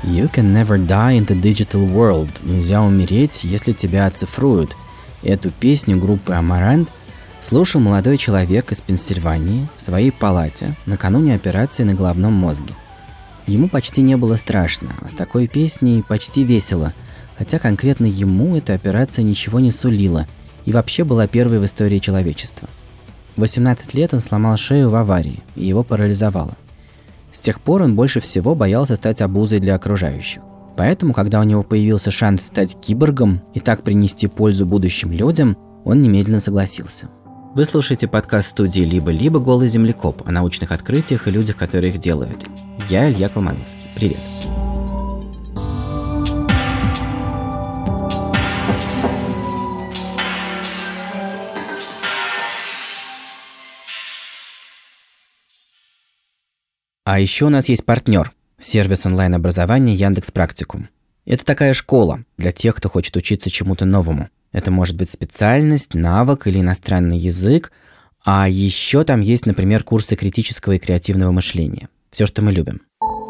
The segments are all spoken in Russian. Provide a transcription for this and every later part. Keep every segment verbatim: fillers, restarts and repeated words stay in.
You can never die in the digital world. Нельзя умереть, если тебя оцифруют. Эту песню группы Амарант слушал молодой человек из Пенсильвании в своей палате накануне операции на головном мозге. Ему почти не было страшно, а с такой песней почти весело, хотя конкретно ему эта операция ничего не сулила и вообще была первой в истории человечества. В восемнадцать лет он сломал шею в аварии, и его парализовало. С тех пор он больше всего боялся стать обузой для окружающих. Поэтому, когда у него появился шанс стать киборгом и так принести пользу будущим людям, он немедленно согласился. Вы слушаете подкаст студии «Либо-либо. Голый землекоп» о научных открытиях и людях, которые их делают. Я Илья Колмановский. Привет. А еще у нас есть партнер – сервис онлайн-образования Яндекс.Практикум. Это такая школа для тех, кто хочет учиться чему-то новому. Это может быть специальность, навык или иностранный язык, а еще там есть, например, курсы критического и креативного мышления. Все, что мы любим.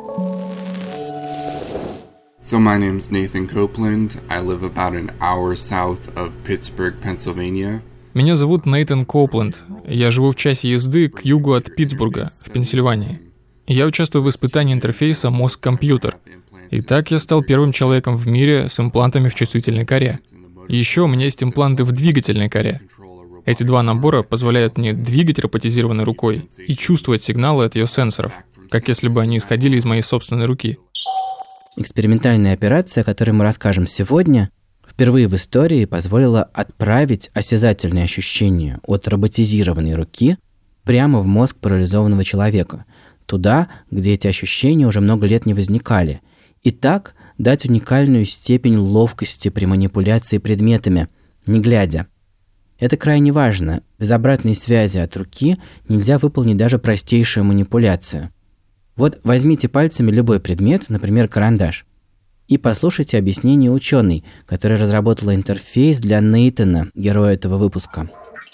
So my name's Nathan Copeland. I live about an hour south of Pittsburgh, Pennsylvania. Меня зовут Нейтан Коупленд. Я живу в часе езды к югу от Питтсбурга, в Пенсильвании. Я участвую в испытании интерфейса мозг-компьютер. И так я стал первым человеком в мире с имплантами в чувствительной коре. Еще у меня есть импланты в двигательной коре. Эти два набора позволяют мне двигать роботизированной рукой и чувствовать сигналы от ее сенсоров, как если бы они исходили из моей собственной руки. Экспериментальная операция, о которой мы расскажем сегодня, впервые в истории позволила отправить осязательные ощущения от роботизированной руки прямо в мозг парализованного человека, туда, где эти ощущения уже много лет не возникали, и так дать уникальную степень ловкости при манипуляции предметами, не глядя. Это крайне важно. Без обратной связи от руки нельзя выполнить даже простейшую манипуляцию. Вот возьмите пальцами любой предмет, например, карандаш, и послушайте объяснение ученой, которая разработала интерфейс для Нейтана, героя этого выпуска.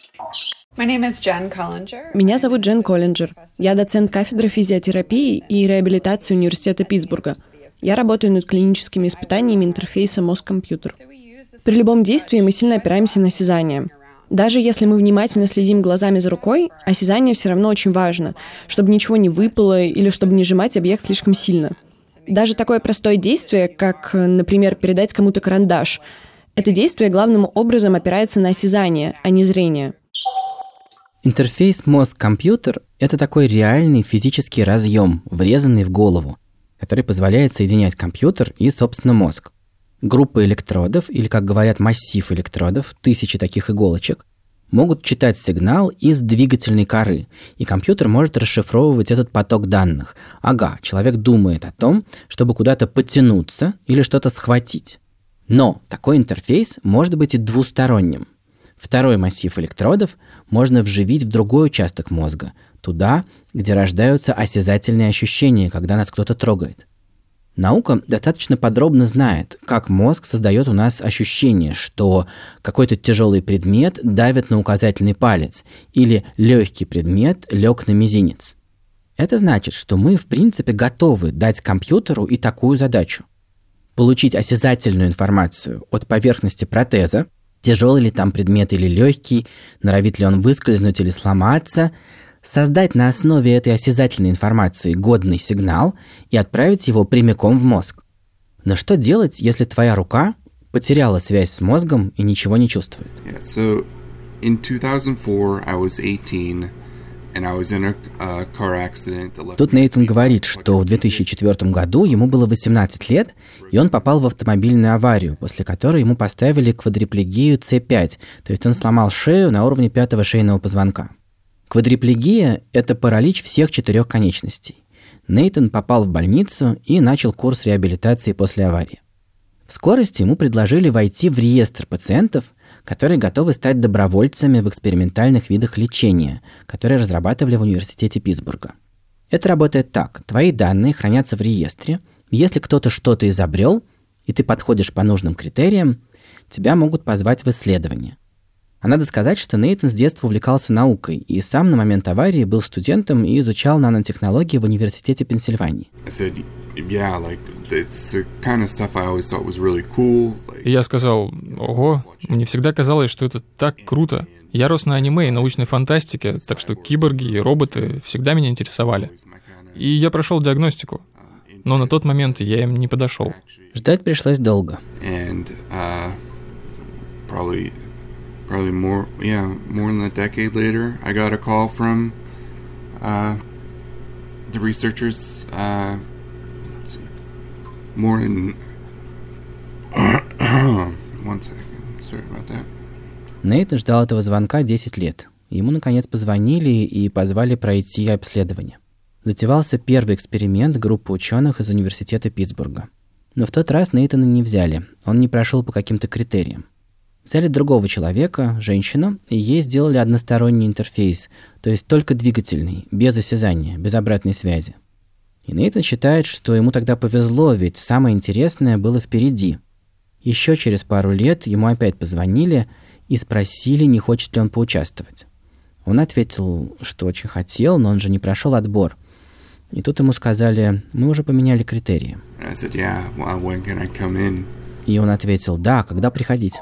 Меня зовут Джен Коллинджер. Я доцент кафедры физиотерапии и реабилитации Университета Питтсбурга. Я работаю над клиническими испытаниями интерфейса мозг-компьютер. При любом действии мы сильно опираемся на осязание. Даже если мы внимательно следим глазами за рукой, осязание все равно очень важно, чтобы ничего не выпало или чтобы не сжимать объект слишком сильно. Даже такое простое действие, как, например, передать кому-то карандаш, это действие главным образом опирается на осязание, а не зрение. Интерфейс мозг-компьютер – это такой реальный физический разъем, врезанный в голову, который позволяет соединять компьютер и, собственно, мозг. Группа электродов, или, как говорят, массив электродов, тысячи таких иголочек, могут читать сигнал из двигательной коры, и компьютер может расшифровывать этот поток данных. Ага, человек думает о том, чтобы куда-то подтянуться или что-то схватить. Но такой интерфейс может быть и двусторонним. Второй массив электродов можно вживить в другой участок мозга, туда, где рождаются осязательные ощущения, когда нас кто-то трогает. Наука достаточно подробно знает, как мозг создает у нас ощущение, что какой-то тяжелый предмет давит на указательный палец или легкий предмет лег на мизинец. Это значит, что мы в принципе готовы дать компьютеру и такую задачу. Получить осязательную информацию от поверхности протеза, тяжелый ли там предмет или легкий, норовит ли он выскользнуть или сломаться, создать на основе этой осязательной информации годный сигнал и отправить его прямиком в мозг. Но что делать, если твоя рука потеряла связь с мозгом и ничего не чувствует? Yeah, so in two thousand four I was eighteen and I was in a uh, car accident. Тут Нейтан говорит, что в две тысячи четвёртом году ему было восемнадцать лет, и он попал в автомобильную аварию, после которой ему поставили квадриплегию Си пять, то есть он сломал шею на уровне пятого шейного позвонка. Квадриплегия – это паралич всех четырех конечностей. Нейтан попал в больницу и начал курс реабилитации после аварии. В скорости ему предложили войти в реестр пациентов, которые готовы стать добровольцами в экспериментальных видах лечения, которые разрабатывали в Университете Питтсбурга. Это работает так. Твои данные хранятся в реестре. Если кто-то что-то изобрел, и ты подходишь по нужным критериям, тебя могут позвать в исследование. А надо сказать, что Нейтан с детства увлекался наукой и сам на момент аварии был студентом и изучал нанотехнологии в Университете Пенсильвании. I said, yeah, like it's the kind of stuff I always thought was really cool. Like, И я сказал, ого, мне всегда казалось, что это так круто. Я рос на аниме и научной фантастике, так что киборги и роботы всегда меня интересовали. И я прошел диагностику, но на тот момент я им не подошел. Ждать пришлось долго. and uh, probably, probably more, yeah, more than a decade later, I got a call from uh, the researchers. Uh, let's see, more than one second. Sorry about that. Нейтан ждал этого звонка десять лет. Ему, наконец, позвонили и позвали пройти обследование. Затевался первый эксперимент группы ученых из университета Питтсбурга. Но в тот раз Нейтана не взяли, он не прошел по каким-то критериям. Взяли другого человека, женщину, и ей сделали односторонний интерфейс, то есть только двигательный, без осязания, без обратной связи. И Нейтан считает, что ему тогда повезло, ведь самое интересное было впереди. Еще через пару лет ему опять позвонили и спросили, не хочет ли он поучаствовать. Он ответил, что очень хотел, но он же не прошел отбор. И тут ему сказали, мы уже поменяли критерии. I said, yeah, well, when can I come in? И он ответил, да, когда приходить.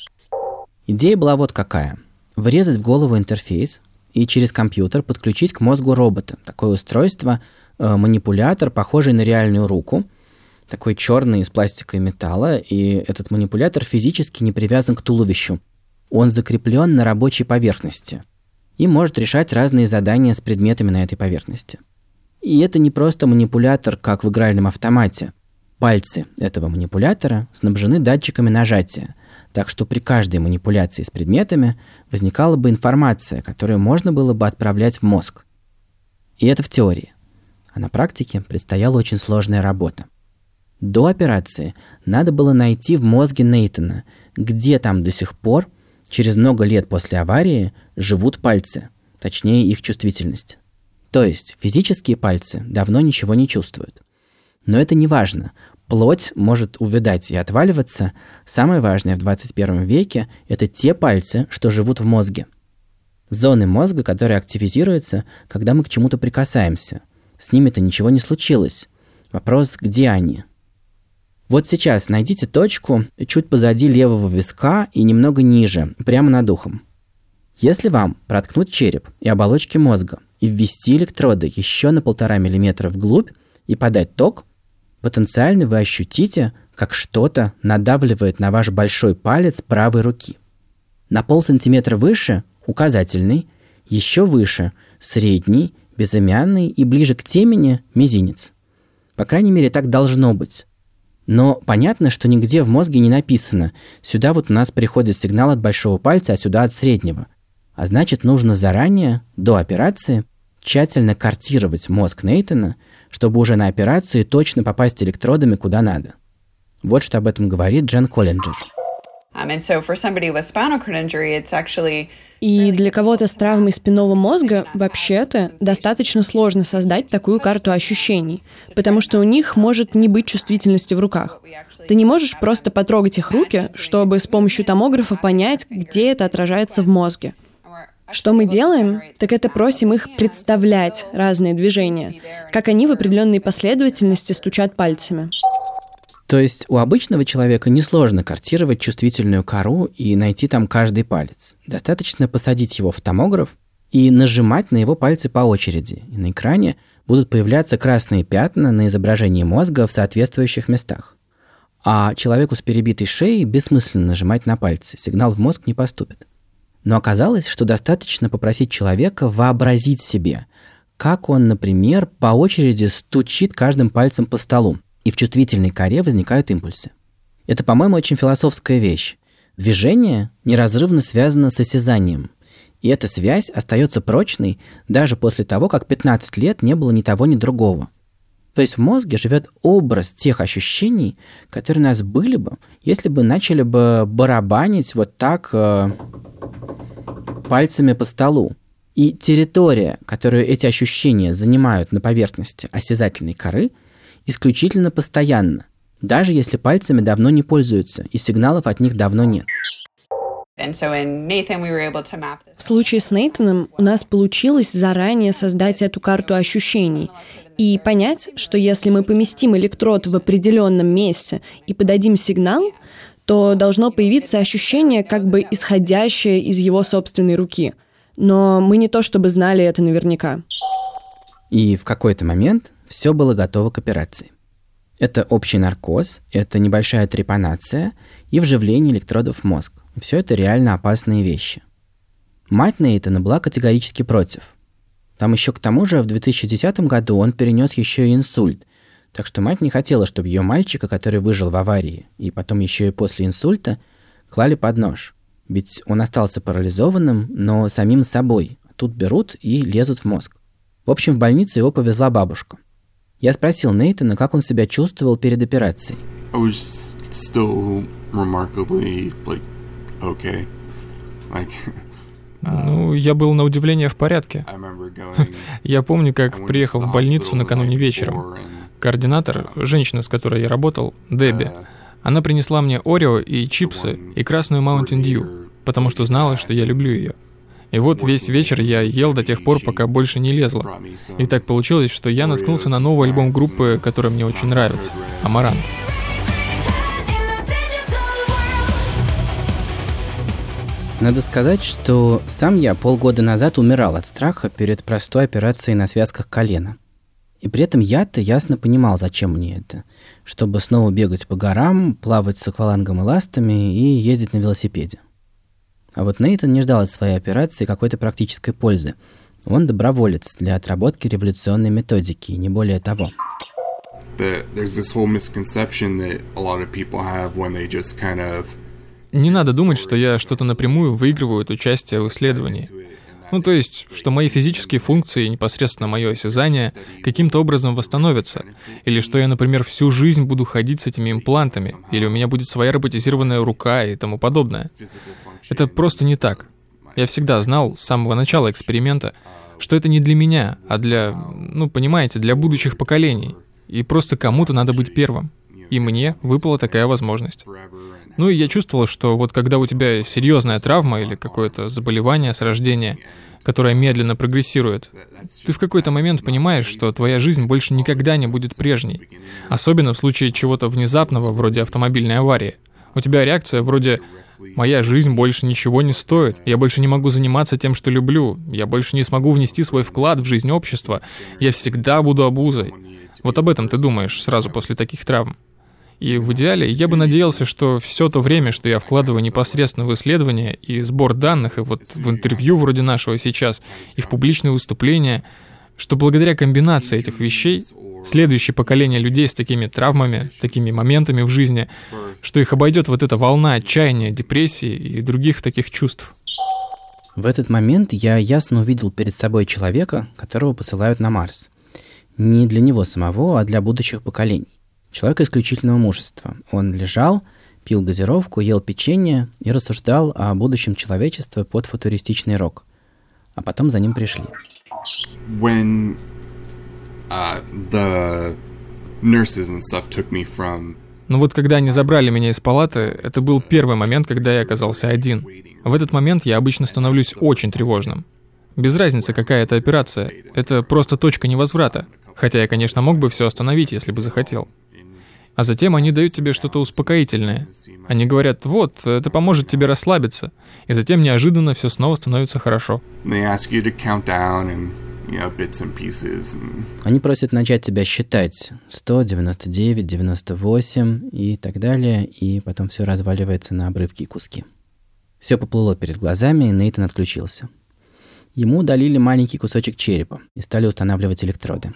Идея была вот какая. Врезать в голову интерфейс и через компьютер подключить к мозгу робота. Такое устройство, э, манипулятор, похожий на реальную руку, такой черный из пластика и металла, и этот манипулятор физически не привязан к туловищу. Он закреплен на рабочей поверхности и может решать разные задания с предметами на этой поверхности. И это не просто манипулятор, как в игральном автомате. Пальцы этого манипулятора снабжены датчиками нажатия, так что при каждой манипуляции с предметами возникала бы информация, которую можно было бы отправлять в мозг. И это в теории. А на практике предстояла очень сложная работа. До операции надо было найти в мозге Нейтана, где там до сих пор, через много лет после аварии, живут пальцы, точнее их чувствительность. То есть физические пальцы давно ничего не чувствуют. Но это не важно. Плоть может увядать и отваливаться. Самое важное в двадцать первом веке – это те пальцы, что живут в мозге. Зоны мозга, которые активизируются, когда мы к чему-то прикасаемся. С ними-то ничего не случилось. Вопрос, где они? Вот сейчас найдите точку чуть позади левого виска и немного ниже, прямо над ухом. Если вам проткнуть череп и оболочки мозга и ввести электроды еще на полтора миллиметра вглубь и подать ток, потенциально вы ощутите, как что-то надавливает на ваш большой палец правой руки. На полсантиметра выше – указательный, еще выше – средний, безымянный и ближе к темени – мизинец. По крайней мере, так должно быть. Но понятно, что нигде в мозге не написано «сюда вот у нас приходит сигнал от большого пальца, а сюда от среднего». А значит, нужно заранее, до операции, тщательно картировать мозг Нейтана, чтобы уже на операции точно попасть электродами куда надо. Вот что об этом говорит Джен Коллинджер. И для кого-то с травмой спинного мозга вообще-то достаточно сложно создать такую карту ощущений, потому что у них может не быть чувствительности в руках. Ты не можешь просто потрогать их руки, чтобы с помощью томографа понять, где это отражается в мозге. Что мы делаем, так это просим их представлять разные движения, как они в определенной последовательности стучат пальцами. То есть у обычного человека несложно картировать чувствительную кору и найти там каждый палец. Достаточно посадить его в томограф и нажимать на его пальцы по очереди. И на экране будут появляться красные пятна на изображении мозга в соответствующих местах. А человеку с перебитой шеей бессмысленно нажимать на пальцы, сигнал в мозг не поступит. Но оказалось, что достаточно попросить человека вообразить себе, как он, например, по очереди стучит каждым пальцем по столу, и в чувствительной коре возникают импульсы. Это, по-моему, очень философская вещь. Движение неразрывно связано с осязанием, и эта связь остается прочной даже после того, как пятнадцать лет не было ни того, ни другого. То есть в мозге живет образ тех ощущений, которые у нас были бы, если бы начали бы барабанить вот так э, пальцами по столу. И территория, которую эти ощущения занимают на поверхности осязательной коры, исключительно постоянна, даже если пальцами давно не пользуются и сигналов от них давно нет. В случае с Нейтаном у нас получилось заранее создать эту карту ощущений. И понять, что если мы поместим электрод в определенном месте и подадим сигнал, то должно появиться ощущение, как бы исходящее из его собственной руки. Но мы не то чтобы знали это наверняка. И в какой-то момент все было готово к операции. Это общий наркоз, это небольшая трепанация и вживление электродов в мозг. Все это реально опасные вещи. Мать Нейтана была категорически против. Там еще к тому же в две тысячи десятом году он перенес еще и инсульт. Так что мать не хотела, чтобы ее мальчика, который выжил в аварии, и потом еще и после инсульта, клали под нож. Ведь он остался парализованным, но самим собой. Тут берут и лезут в мозг. В общем, в больницу его повезла бабушка. Я спросил Нейтана, как он себя чувствовал перед операцией. I was still remarkably, like, okay. Like, Ну, я был на удивление в порядке. I remember going, Я помню, как приехал в больницу накануне вечером. Координатор, женщина, с которой я работал, Дебби, она принесла мне Орео и чипсы и красную Mountain Dew, потому что знала, что я люблю ее. И вот весь вечер я ел до тех пор, пока больше не лезло. И так получилось, что я наткнулся на новый альбом группы, который мне очень нравится — «Амарант». Надо сказать, что сам я полгода назад умирал от страха перед простой операцией на связках колена. И при этом я-то ясно понимал, зачем мне это. Чтобы снова бегать по горам, плавать с аквалангом и ластами и ездить на велосипеде. А вот Нейтан не ждал от своей операции какой-то практической пользы. Он доброволец для отработки революционной методики, не более того. Не надо думать, что я что-то напрямую выигрываю от участия в исследовании. Ну, то есть, что мои физические функции и непосредственно мое осязание каким-то образом восстановятся. Или что я, например, всю жизнь буду ходить с этими имплантами. Или у меня будет своя роботизированная рука и тому подобное. Это просто не так. Я всегда знал с самого начала эксперимента, что это не для меня, а для, ну, понимаете, для будущих поколений. И просто кому-то надо быть первым. И мне выпала такая возможность. Ну и я чувствовал, что вот когда у тебя серьезная травма или какое-то заболевание с рождения, которое медленно прогрессирует, ты в какой-то момент понимаешь, что твоя жизнь больше никогда не будет прежней. Особенно в случае чего-то внезапного, вроде автомобильной аварии. У тебя реакция вроде «моя жизнь больше ничего не стоит, я больше не могу заниматься тем, что люблю, я больше не смогу внести свой вклад в жизнь общества, я всегда буду обузой». Вот об этом ты думаешь сразу после таких травм. И в идеале я бы надеялся, что все то время, что я вкладываю непосредственно в исследования и сбор данных, и вот в интервью вроде нашего сейчас, и в публичные выступления, что благодаря комбинации этих вещей следующее поколение людей с такими травмами, такими моментами в жизни, что их обойдет вот эта волна отчаяния, депрессии и других таких чувств. В этот момент я ясно увидел перед собой человека, которого посылают на Марс. Не для него самого, а для будущих поколений. Человек исключительного мужества. Он лежал, пил газировку, ел печенье и рассуждал о будущем человечества под футуристичный рок. А потом за ним пришли. When, uh, the nurses and stuff took me from... Но вот когда они забрали меня из палаты, это был первый момент, когда я оказался один. В этот момент я обычно становлюсь очень тревожным. Без разницы, какая это операция. Это просто точка невозврата. Хотя я, конечно, мог бы все остановить, если бы захотел. А затем они дают тебе что-то успокоительное. Они говорят, вот, это поможет тебе расслабиться. И затем неожиданно все снова становится хорошо. Они просят начать тебя считать. сто, девяносто девять, девяносто восемь и так далее. И потом все разваливается на обрывки и куски. Все поплыло перед глазами, и Нейтан отключился. Ему удалили маленький кусочек черепа и стали устанавливать электроды.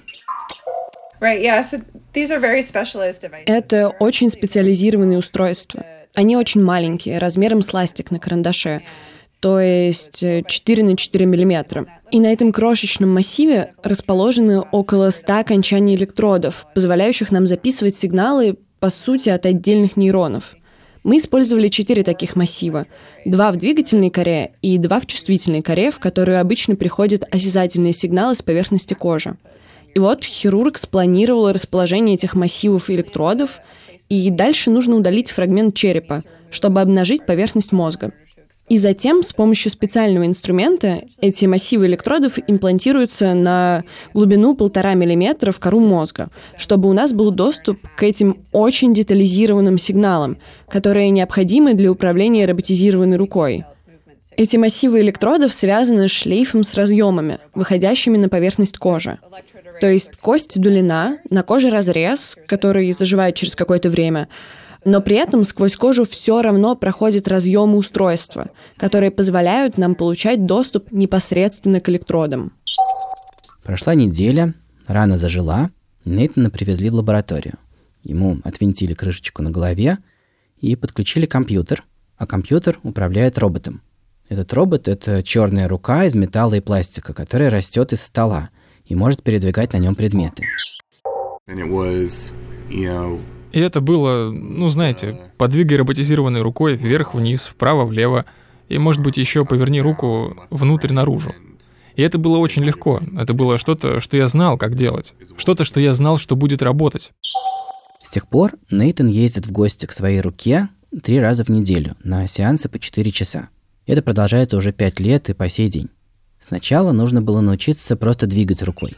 Это очень специализированные устройства. Они очень маленькие, размером с ластик на карандаше, то есть четыре на четыре миллиметра. И на этом крошечном массиве расположены около ста окончаний электродов, позволяющих нам записывать сигналы, по сути, от отдельных нейронов. Мы использовали четыре таких массива. Два в двигательной коре и два в чувствительной коре, в которую обычно приходят осязательные сигналы с поверхности кожи. И вот хирург спланировал расположение этих массивов электродов, и дальше нужно удалить фрагмент черепа, чтобы обнажить поверхность мозга. И затем с помощью специального инструмента эти массивы электродов имплантируются на глубину полтора миллиметра в кору мозга, чтобы у нас был доступ к этим очень детализированным сигналам, которые необходимы для управления роботизированной рукой. Эти массивы электродов связаны с шлейфом с разъемами, выходящими на поверхность кожи. То есть кость удалена, на коже разрез, который заживает через какое-то время, но при этом сквозь кожу все равно проходят разъемы устройства, которые позволяют нам получать доступ непосредственно к электродам. Прошла неделя, рана зажила, Нейтана привезли в лабораторию. Ему отвинтили крышечку на голове и подключили компьютер, а компьютер управляет роботом. Этот робот – это черная рука из металла и пластика, которая растет из стола и может передвигать на нем предметы. And it was, you know, И это было, ну знаете, подвигай роботизированной рукой вверх-вниз, вправо-влево, и, может быть, еще поверни руку внутрь-наружу. И это было очень легко. Это было что-то, что я знал, как делать. Что-то, что я знал, что будет работать. С тех пор Нейтан ездит в гости к своей руке три раза в неделю на сеансы по четыре часа. Это продолжается уже пять лет и по сей день. Сначала нужно было научиться просто двигать рукой.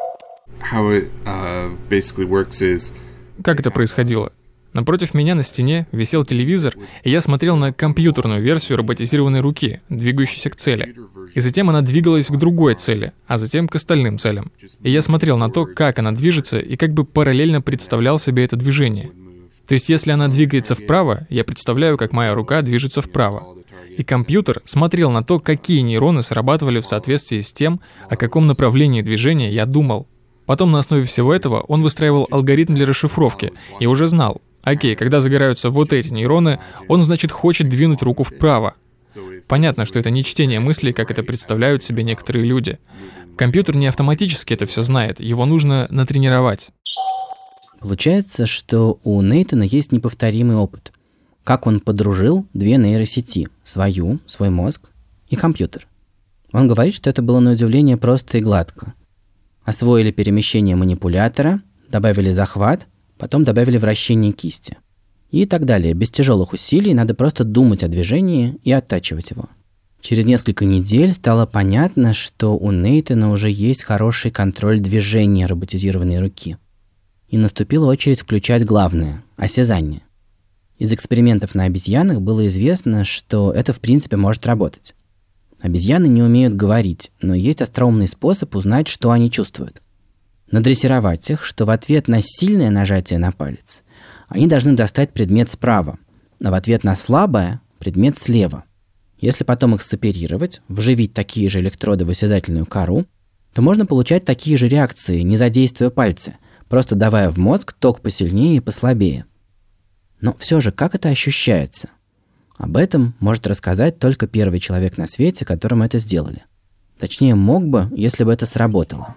how it uh, basically works is Как это происходило? Напротив меня на стене висел телевизор, и я смотрел на компьютерную версию роботизированной руки, двигающейся к цели. И затем она двигалась к другой цели, а затем к остальным целям. И я смотрел на то, как она движется, и как бы параллельно представлял себе это движение. То есть, если она двигается вправо, я представляю, как моя рука движется вправо. И компьютер смотрел на то, какие нейроны срабатывали в соответствии с тем, о каком направлении движения я думал. Потом на основе всего этого он выстраивал алгоритм для расшифровки и уже знал, окей, когда загораются вот эти нейроны, он, значит, хочет двинуть руку вправо. Понятно, что это не чтение мыслей, как это представляют себе некоторые люди. Компьютер не автоматически это все знает, его нужно натренировать. Получается, что у Нейтана есть неповторимый опыт. Как он подружил две нейросети – свою, свой мозг и компьютер. Он говорит, что это было на удивление просто и гладко. Освоили перемещение манипулятора, добавили захват, потом добавили вращение кисти. И так далее. Без тяжелых усилий надо просто думать о движении и оттачивать его. Через несколько недель стало понятно, что у Нейтана уже есть хороший контроль движения роботизированной руки. И наступила очередь включать главное – осязание. Из экспериментов на обезьянах было известно, что это в принципе может работать. Обезьяны не умеют говорить, но есть остроумный способ узнать, что они чувствуют. Надрессировать их, что в ответ на сильное нажатие на палец они должны достать предмет справа, а в ответ на слабое – предмет слева. Если потом их соперировать, вживить такие же электроды в осязательную кору, то можно получать такие же реакции, не задействуя пальцы, просто давая в мозг ток посильнее и послабее. Но все же, как это ощущается? Об этом может рассказать только первый человек на свете, которому это сделали. Точнее, мог бы, если бы это сработало.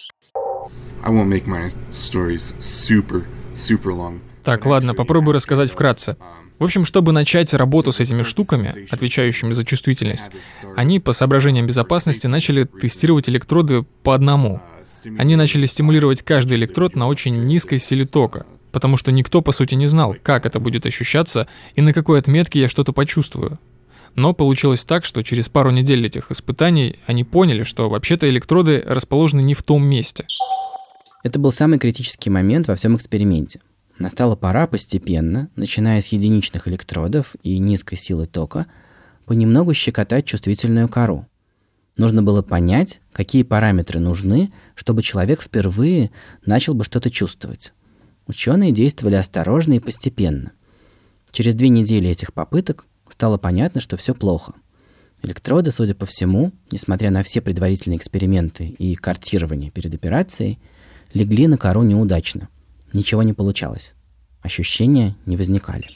I won't make my stories super, super long. Так, ладно, попробую рассказать вкратце. В общем, чтобы начать работу с этими штуками, отвечающими за чувствительность, они по соображениям безопасности начали тестировать электроды по одному. Они начали стимулировать каждый электрод на очень низкой силе тока, потому что никто, по сути, не знал, как это будет ощущаться и на какой отметке я что-то почувствую. Но получилось так, что через пару недель этих испытаний они поняли, что вообще-то электроды расположены не в том месте. Это был самый критический момент во всем эксперименте. Настала пора постепенно, начиная с единичных электродов и низкой силы тока, понемногу щекотать чувствительную кору. Нужно было понять, какие параметры нужны, чтобы человек впервые начал бы что-то чувствовать. Ученые действовали осторожно и постепенно. Через две недели этих попыток стало понятно, что все плохо. Электроды, судя по всему, несмотря на все предварительные эксперименты и картирование перед операцией, легли на кору неудачно. Ничего не получалось. Ощущения не возникали.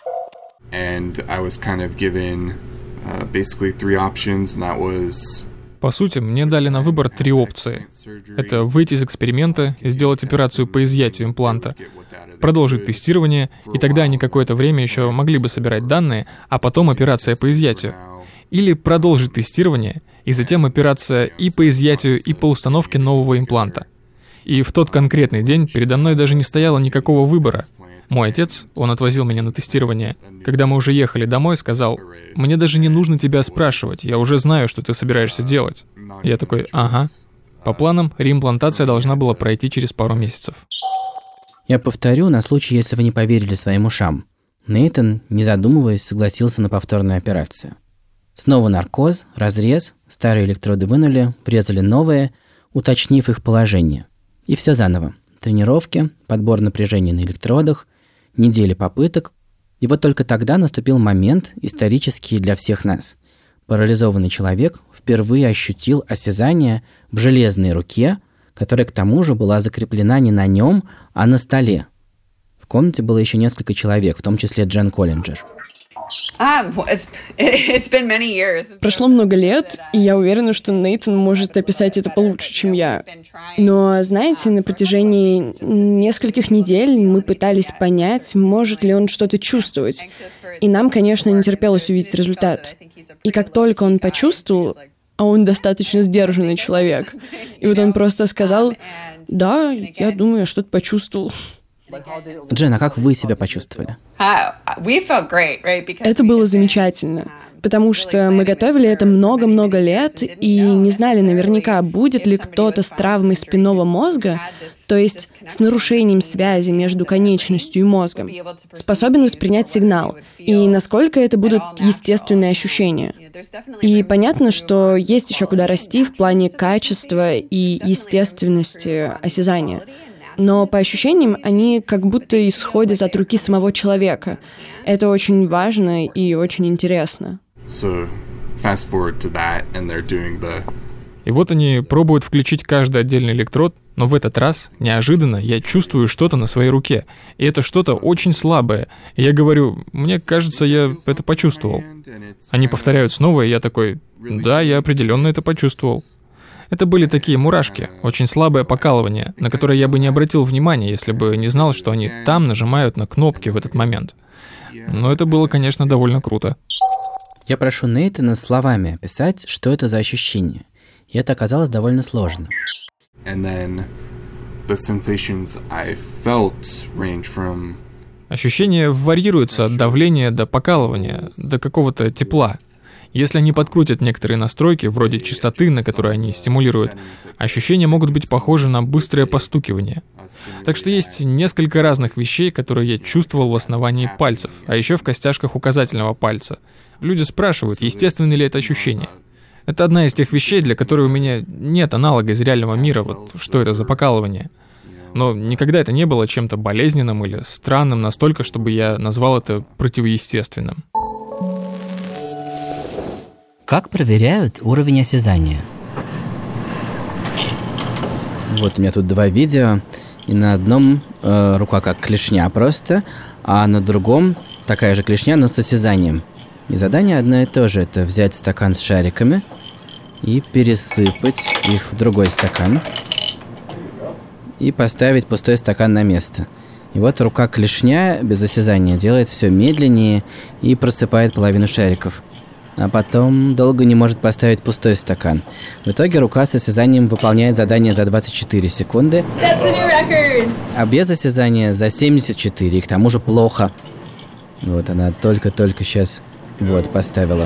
And I was kind of given uh, basically three options, and that was По сути, мне дали на выбор три опции. Это выйти из эксперимента и сделать операцию по изъятию импланта, продолжить тестирование, и тогда они какое-то время еще могли бы собирать данные, а потом операция по изъятию. Или продолжить тестирование, и затем операция и по изъятию, и по установке нового импланта. И в тот конкретный день передо мной даже не стояло никакого выбора. Мой отец, он отвозил меня на тестирование. Когда мы уже ехали домой, сказал: «Мне даже не нужно тебя спрашивать, я уже знаю, что ты собираешься делать». Я такой: «Ага». По планам, реимплантация должна была пройти через пару месяцев. Я повторю, на случай, если вы не поверили своим ушам. Нейтан, не задумываясь, согласился на повторную операцию. Снова наркоз, разрез, старые электроды вынули, врезали новые, уточнив их положение. И все заново. Тренировки, подбор напряжения на электродах, недели попыток. И вот только тогда наступил момент, исторический для всех нас. Парализованный человек впервые ощутил осязание в железной руке, которая к тому же была закреплена не на нем, а на столе. В комнате было еще несколько человек, в том числе Джен Коллинджер. Прошло много лет, и я уверена, что Нейтан может описать это получше, чем я. Но, знаете, на протяжении нескольких недель мы пытались понять, может ли он что-то чувствовать. И нам, конечно, не терпелось увидеть результат. И как только он почувствовал, а он достаточно сдержанный человек, и вот он просто сказал: «Да, я думаю, я что-то почувствовал». Джен, а как вы себя почувствовали? Это было замечательно, потому что мы готовили это много-много лет и не знали наверняка, будет ли кто-то с травмой спинного мозга, то есть с нарушением связи между конечностью и мозгом, способен воспринять сигнал, и насколько это будут естественные ощущения. И понятно, что есть еще куда расти в плане качества и естественности осязания. Но по ощущениям они как будто исходят от руки самого человека. Это очень важно и очень интересно. So, fast forward to that, and they're doing the... И вот они пробуют включить каждый отдельный электрод, но в этот раз, неожиданно, я чувствую что-то на своей руке. И это что-то очень слабое. И я говорю: «Мне кажется, я это почувствовал». Они повторяют снова, и я такой: «Да, я определенно это почувствовал». Это были такие мурашки, очень слабое покалывание, на которое я бы не обратил внимания, если бы не знал, что они там нажимают на кнопки в этот момент. Но это было, конечно, довольно круто. Я прошу Нейтана словами описать, что это за ощущение. И это оказалось довольно сложно. And then the sensations I felt range from... Ощущения варьируются от давления до покалывания, до какого-то тепла. Если они подкрутят некоторые настройки, вроде частоты, на которой они стимулируют, ощущения могут быть похожи на быстрое постукивание. Так что есть несколько разных вещей, которые я чувствовал в основании пальцев, а еще в костяшках указательного пальца. Люди спрашивают, естественно ли это ощущение. Это одна из тех вещей, для которой у меня нет аналога из реального мира, вот что это за покалывание. Но никогда это не было чем-то болезненным или странным настолько, чтобы я назвал это противоестественным. Как проверяют уровень осязания? Вот у меня тут два видео, и на одном э, рука как клешня просто, а на другом такая же клешня, но с осязанием. И задание одно и то же, это взять стакан с шариками и пересыпать их в другой стакан и поставить пустой стакан на место. И вот рука клешня без осязания делает все медленнее и просыпает половину шариков. А потом долго не может поставить пустой стакан. В итоге рука с осязанием выполняет задание за двадцать четыре секунды, а без осязания за семьдесят четыре, и к тому же плохо. Вот она только-только сейчас вот поставила.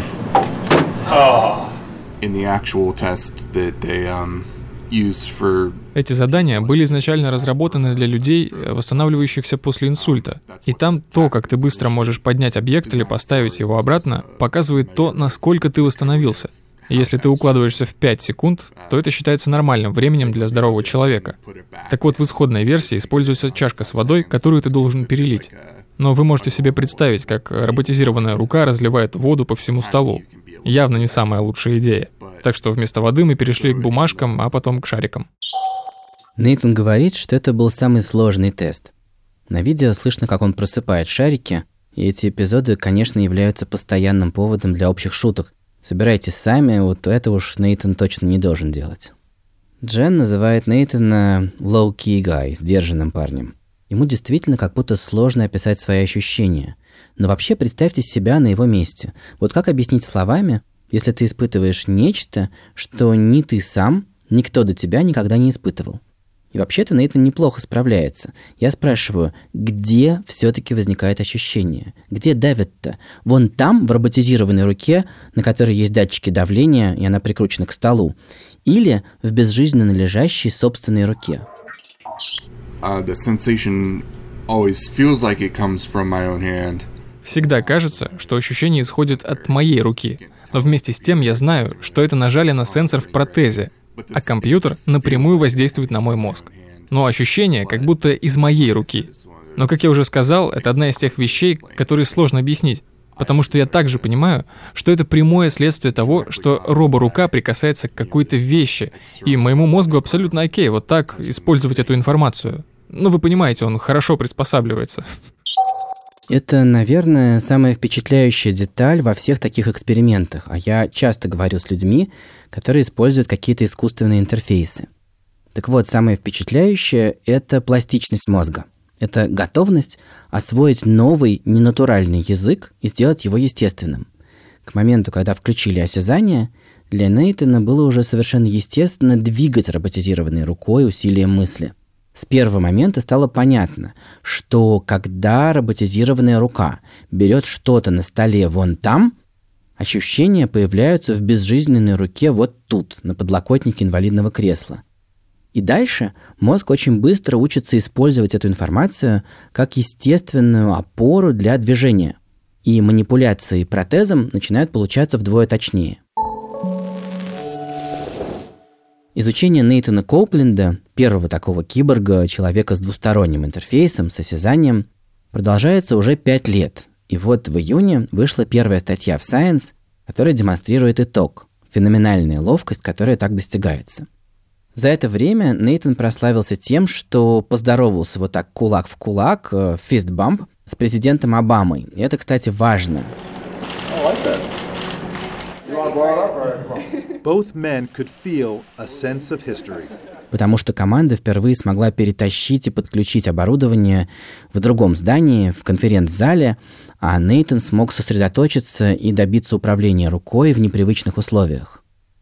In the actual test that they um, use for... Эти задания были изначально разработаны для людей, восстанавливающихся после инсульта. И там то, как ты быстро можешь поднять объект или поставить его обратно, показывает то, насколько ты восстановился. И если ты укладываешься в пять секунд, то это считается нормальным временем для здорового человека. Так вот, в исходной версии используется чашка с водой, которую ты должен перелить. Но вы можете себе представить, как роботизированная рука разливает воду по всему столу. Явно не самая лучшая идея. Так что вместо воды мы перешли к бумажкам, а потом к шарикам. Нейтан говорит, что это был самый сложный тест. На видео слышно, как он просыпает шарики, и эти эпизоды, конечно, являются постоянным поводом для общих шуток. Собирайтесь сами, вот это уж Нейтан точно не должен делать. Джен называет Нейтана low-key guy, сдержанным парнем. Ему действительно как будто сложно описать свои ощущения. Но вообще представьте себя на его месте. Вот как объяснить словами, если ты испытываешь нечто, что ни ты сам, никто до тебя никогда не испытывал? И вообще-то Нейтан неплохо справляется. Я спрашиваю, где все-таки возникает ощущение? Где давит-то? Вон там, в роботизированной руке, на которой есть датчики давления, и она прикручена к столу, или в безжизненно лежащей собственной руке? Uh, the sensation always feels like it comes from my own hand. Всегда кажется, что ощущение исходит от моей руки, но вместе с тем я знаю, что это нажали на сенсор в протезе, а компьютер напрямую воздействует на мой мозг. Но ощущение как будто из моей руки. Но, как я уже сказал, это одна из тех вещей, которые сложно объяснить, потому что я также понимаю, что это прямое следствие того, что роборука прикасается к какой-то вещи, и моему мозгу абсолютно окей вот так использовать эту информацию. Ну, вы понимаете, он хорошо приспосабливается. Это, наверное, самая впечатляющая деталь во всех таких экспериментах, а я часто говорю с людьми, которые используют какие-то искусственные интерфейсы. Так вот, самое впечатляющее – это пластичность мозга. Это готовность освоить новый, ненатуральный язык и сделать его естественным. К моменту, когда включили осязание, для Нейтана было уже совершенно естественно двигать роботизированной рукой усилием мысли. С первого момента стало понятно, что когда роботизированная рука берет что-то на столе вон там, ощущения появляются в безжизненной руке вот тут, на подлокотнике инвалидного кресла. И дальше мозг очень быстро учится использовать эту информацию как естественную опору для движения. И манипуляции протезом начинают получаться вдвое точнее. Изучение Нейтана Коупленда, первого такого киборга, человека с двусторонним интерфейсом, с осязанием, продолжается уже пять лет. И вот в июне вышла первая статья в Science, которая демонстрирует итог – феноменальная ловкость, которая так достигается. За это время Нейтан прославился тем, что поздоровался вот так кулак в кулак, fist bump, с президентом Обамой. И это, кстати, важно. Both men could feel a sense of history. Потому что команда впервые смогла перетащить и подключить оборудование в другом здании, в конференц-зале, а Нейтан смог сосредоточиться и добиться управления рукой в непривычных условиях.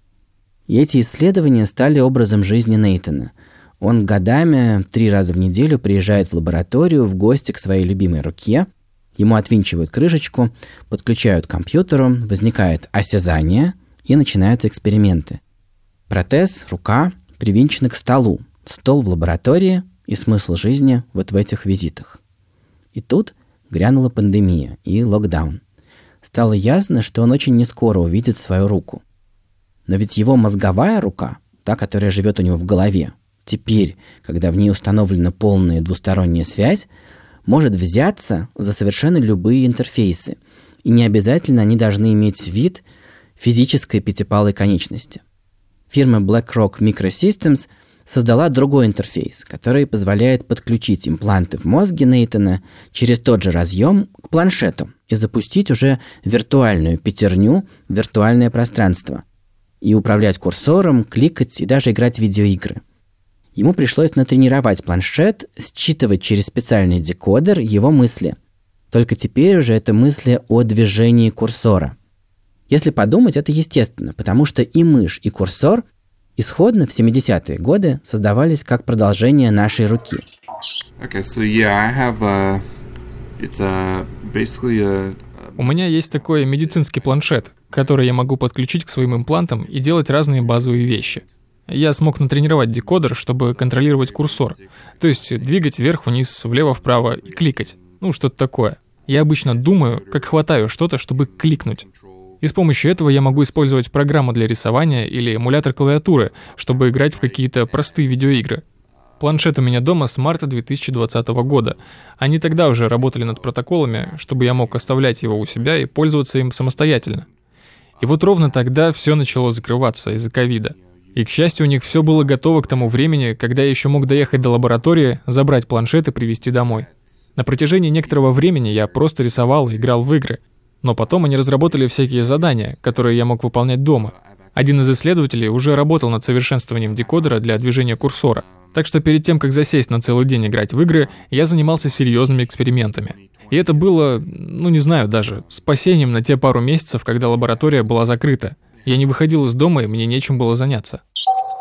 И эти исследования стали образом жизни Нейтана. Он годами, три раза в неделю приезжает в лабораторию в гости к своей любимой руке, ему отвинчивают крышечку, подключают к компьютеру, возникает осязание, и начинаются эксперименты. Протез, рука привинчены к столу, стол в лаборатории и смысл жизни вот в этих визитах. И тут грянула пандемия и локдаун. Стало ясно, что он очень нескоро увидит свою руку. Но ведь его мозговая рука, та, которая живет у него в голове, теперь, когда в ней установлена полная двусторонняя связь, может взяться за совершенно любые интерфейсы. И не обязательно они должны иметь вид физической пятипалой конечности. Фирма BlackRock Microsystems создала другой интерфейс, который позволяет подключить импланты в мозге Нейтана через тот же разъем к планшету и запустить уже виртуальную пятерню в виртуальное пространство и управлять курсором, кликать и даже играть в видеоигры. Ему пришлось натренировать планшет, считывать через специальный декодер его мысли. Только теперь уже это мысли о движении курсора. Если подумать, это естественно, потому что и мышь, и курсор исходно в семидесятые годы создавались как продолжение нашей руки. Okay, so yeah, I have a, it's a, basically a... У меня есть такой медицинский планшет, который я могу подключить к своим имплантам и делать разные базовые вещи. Я смог натренировать декодер, чтобы контролировать курсор, то есть двигать вверх-вниз, влево-вправо и кликать, ну что-то такое. Я обычно думаю, как хватаю что-то, чтобы кликнуть. И с помощью этого я могу использовать программу для рисования или эмулятор клавиатуры, чтобы играть в какие-то простые видеоигры. Планшет у меня дома с марта две тысячи двадцатого года. Они тогда уже работали над протоколами, чтобы я мог оставлять его у себя и пользоваться им самостоятельно. И вот ровно тогда все начало закрываться из-за ковида. И, к счастью, у них все было готово к тому времени, когда я еще мог доехать до лаборатории, забрать планшет и привезти домой. На протяжении некоторого времени я просто рисовал и играл в игры. Но потом они разработали всякие задания, которые я мог выполнять дома. Один из исследователей уже работал над совершенствованием декодера для движения курсора. Так что перед тем, как засесть на целый день играть в игры, я занимался серьезными экспериментами. И это было, ну не знаю даже, спасением на те пару месяцев, когда лаборатория была закрыта. Я не выходил из дома, и мне нечем было заняться.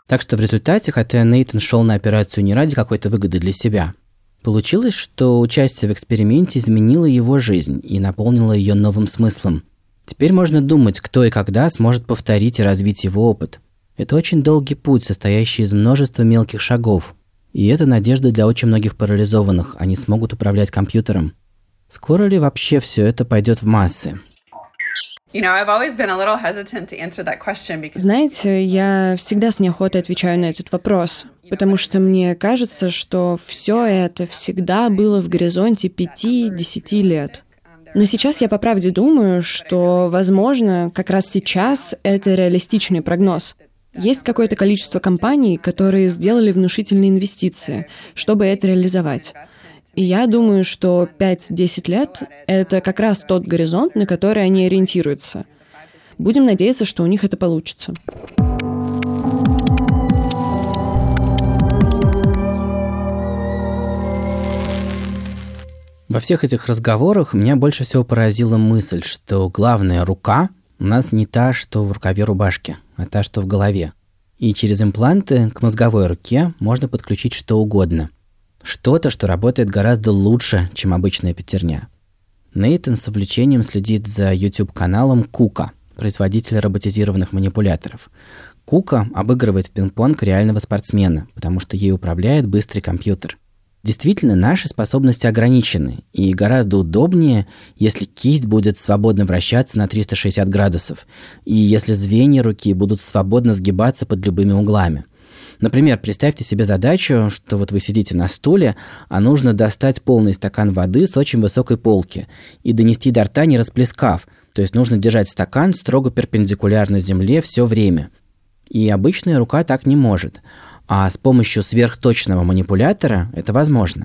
Так что в результате, хотя Нейтан шел на операцию не ради какой-то выгоды для себя, получилось, что участие в эксперименте изменило его жизнь и наполнило ее новым смыслом. Теперь можно думать, кто и когда сможет повторить и развить его опыт. Это очень долгий путь, состоящий из множества мелких шагов. И это надежда для очень многих парализованных, они смогут управлять компьютером. Скоро ли вообще все это пойдет в массы? Знаете, я всегда с неохотой отвечаю на этот вопрос, потому что мне кажется, что все это всегда было в горизонте пяти-десяти лет. Но сейчас я по правде думаю, что, возможно, как раз сейчас это реалистичный прогноз. Есть какое-то количество компаний, которые сделали внушительные инвестиции, чтобы это реализовать. И я думаю, что пять-десять лет — это как раз тот горизонт, на который они ориентируются. Будем надеяться, что у них это получится. Во всех этих разговорах меня больше всего поразила мысль, что главная рука у нас не та, что в рукаве рубашки, а та, что в голове. И через импланты к мозговой руке можно подключить что угодно. Что-то, что работает гораздо лучше, чем обычная пятерня. Нейтан с увлечением следит за YouTube-каналом Кука, производителя роботизированных манипуляторов. Кука обыгрывает в пинг-понг реального спортсмена, потому что ей управляет быстрый компьютер. Действительно, наши способности ограничены, и гораздо удобнее, если кисть будет свободно вращаться на триста шестьдесят градусов, и если звенья руки будут свободно сгибаться под любыми углами. Например, представьте себе задачу, что вот вы сидите на стуле, а нужно достать полный стакан воды с очень высокой полки и донести до рта, не расплескав, то есть нужно держать стакан строго перпендикулярно земле все время. И обычная рука так не может. А с помощью сверхточного манипулятора это возможно.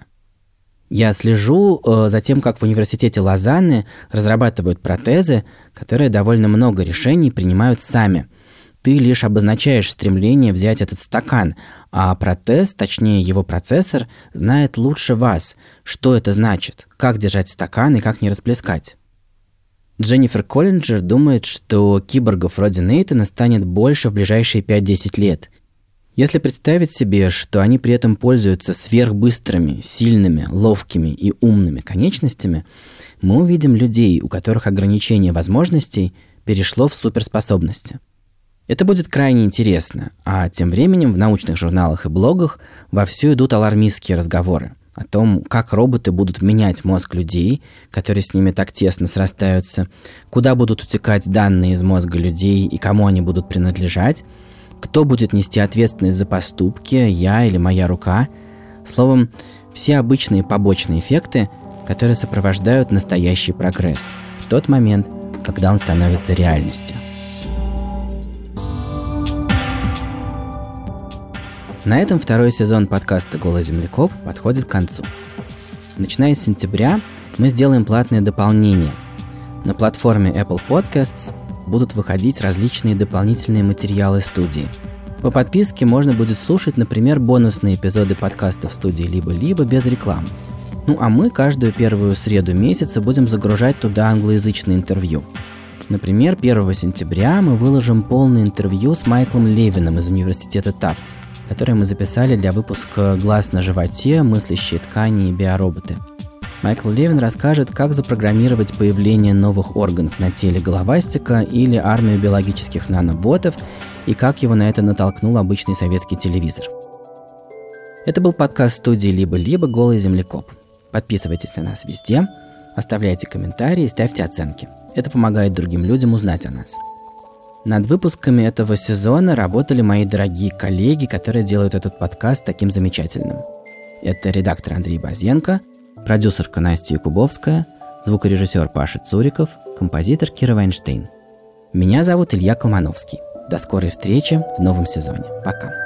Я слежу э, за тем, как в университете Лозанны разрабатывают протезы, которые довольно много решений принимают сами. Ты лишь обозначаешь стремление взять этот стакан, а протез, точнее его процессор, знает лучше вас, что это значит, как держать стакан и как не расплескать. Дженнифер Коллинджер думает, что киборгов вроде Нейтана станет больше в ближайшие пять-десять лет. Если представить себе, что они при этом пользуются сверхбыстрыми, сильными, ловкими и умными конечностями, мы увидим людей, у которых ограничение возможностей перешло в суперспособности. Это будет крайне интересно, а тем временем в научных журналах и блогах вовсю идут алармистские разговоры о том, как роботы будут менять мозг людей, которые с ними так тесно срастаются, куда будут утекать данные из мозга людей и кому они будут принадлежать, кто будет нести ответственность за поступки, я или моя рука. Словом, все обычные побочные эффекты, которые сопровождают настоящий прогресс в тот момент, когда он становится реальностью. На этом второй сезон подкаста «Голый землекоп» подходит к концу. Начиная с сентября мы сделаем платные дополнения. На платформе Apple Podcasts будут выходить различные дополнительные материалы студии. По подписке можно будет слушать, например, бонусные эпизоды подкастов студии «Либо-либо» без рекламы. Ну а мы каждую первую среду месяца будем загружать туда англоязычные интервью. Например, первого сентября мы выложим полное интервью с Майклом Левином из университета Тафтс, которое мы записали для выпуска «Глаз на животе. Мыслящие ткани и биороботы». Майкл Левин расскажет, как запрограммировать появление новых органов на теле головастика или армию биологических наноботов, и как его на это натолкнул обычный советский телевизор. Это был подкаст студии «Либо-либо. Голый землекоп». Подписывайтесь на нас везде, оставляйте комментарии и ставьте оценки. Это помогает другим людям узнать о нас. Над выпусками этого сезона работали мои дорогие коллеги, которые делают этот подкаст таким замечательным. Это редактор Андрей Борзенко, продюсерка Настя Якубовская, звукорежиссер Паша Цуриков, композитор Кира Вайнштейн. Меня зовут Илья Колмановский. До скорой встречи в новом сезоне. Пока.